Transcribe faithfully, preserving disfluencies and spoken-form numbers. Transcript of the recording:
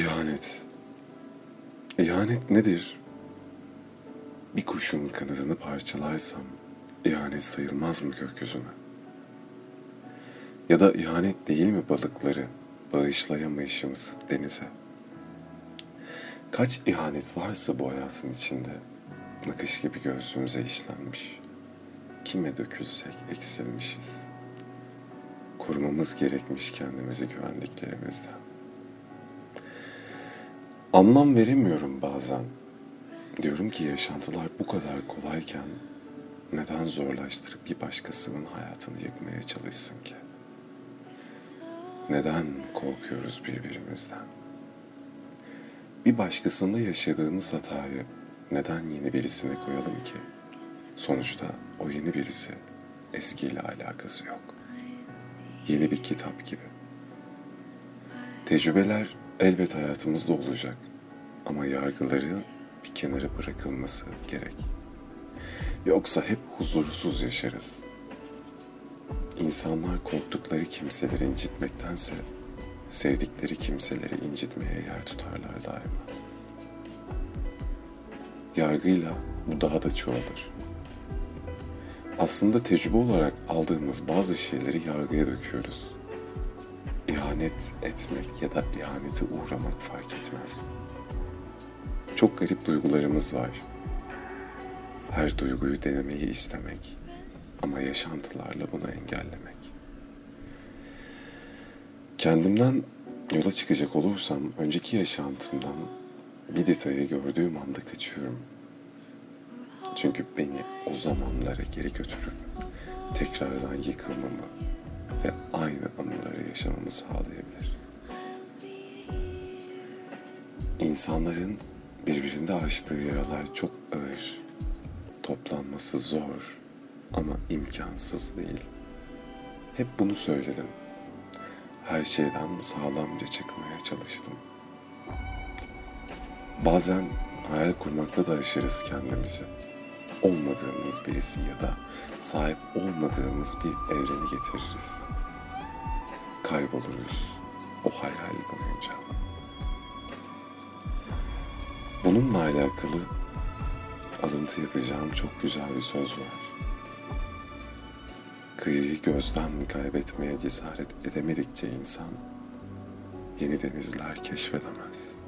İhanet. İhanet nedir? Bir kuşun kanadını parçalarsam ihanet sayılmaz mı gökyüzüne? Ya da ihanet değil mi balıkları bağışlayamayışımız denize? Kaç ihanet varsa bu hayatın içinde nakış gibi göğsümüze işlenmiş. Kime dökülsek eksilmişiz. Korumamız gerekmiş kendimizi güvendiklerimizden. Anlam veremiyorum bazen. Diyorum ki yaşantılar bu kadar kolayken neden zorlaştırıp bir başkasının hayatını yıkmaya çalışsın ki? Neden korkuyoruz birbirimizden? Bir başkasında yaşadığımız hatayı neden yeni birisine koyalım ki? Sonuçta o yeni birisi eskiyle alakası yok. Yeni bir kitap gibi. Tecrübeler elbet hayatımızda olacak ama yargıların bir kenara bırakılması gerek. Yoksa hep huzursuz yaşarız. İnsanlar korktukları kimseleri incitmektense sevdikleri kimseleri incitmeye yer tutarlar daima. Yargıyla bu daha da çoğalır. Aslında tecrübe olarak aldığımız bazı şeyleri yargıya döküyoruz. İhanet etmek ya da ihanete uğramak fark etmez. Çok garip duygularımız var. Her duyguyu denemeyi istemek ama yaşantılarla bunu engellemek. Kendimden yola çıkacak olursam önceki yaşantımdan bir detayı gördüğüm anda kaçıyorum. Çünkü beni o zamanlara geri götürüp tekrardan yıkılmamı ve aynı anıları yaşamamı sağlayabilir. İnsanların birbirinde açtığı yaralar çok ağır, toplanması zor ama imkansız değil. Hep bunu söyledim. Her şeyden sağlamca çıkmaya çalıştım. Bazen hayal kurmakla da aşırız kendimizi. Olmadığımız birisi ya da sahip olmadığımız bir evreni getiririz. Kayboluruz o hayal boyunca. Bununla alakalı alıntı yapacağım çok güzel bir söz var. Kıyıyı gözden kaybetmeye cesaret edemedikçe insan yeni denizler keşfedemez.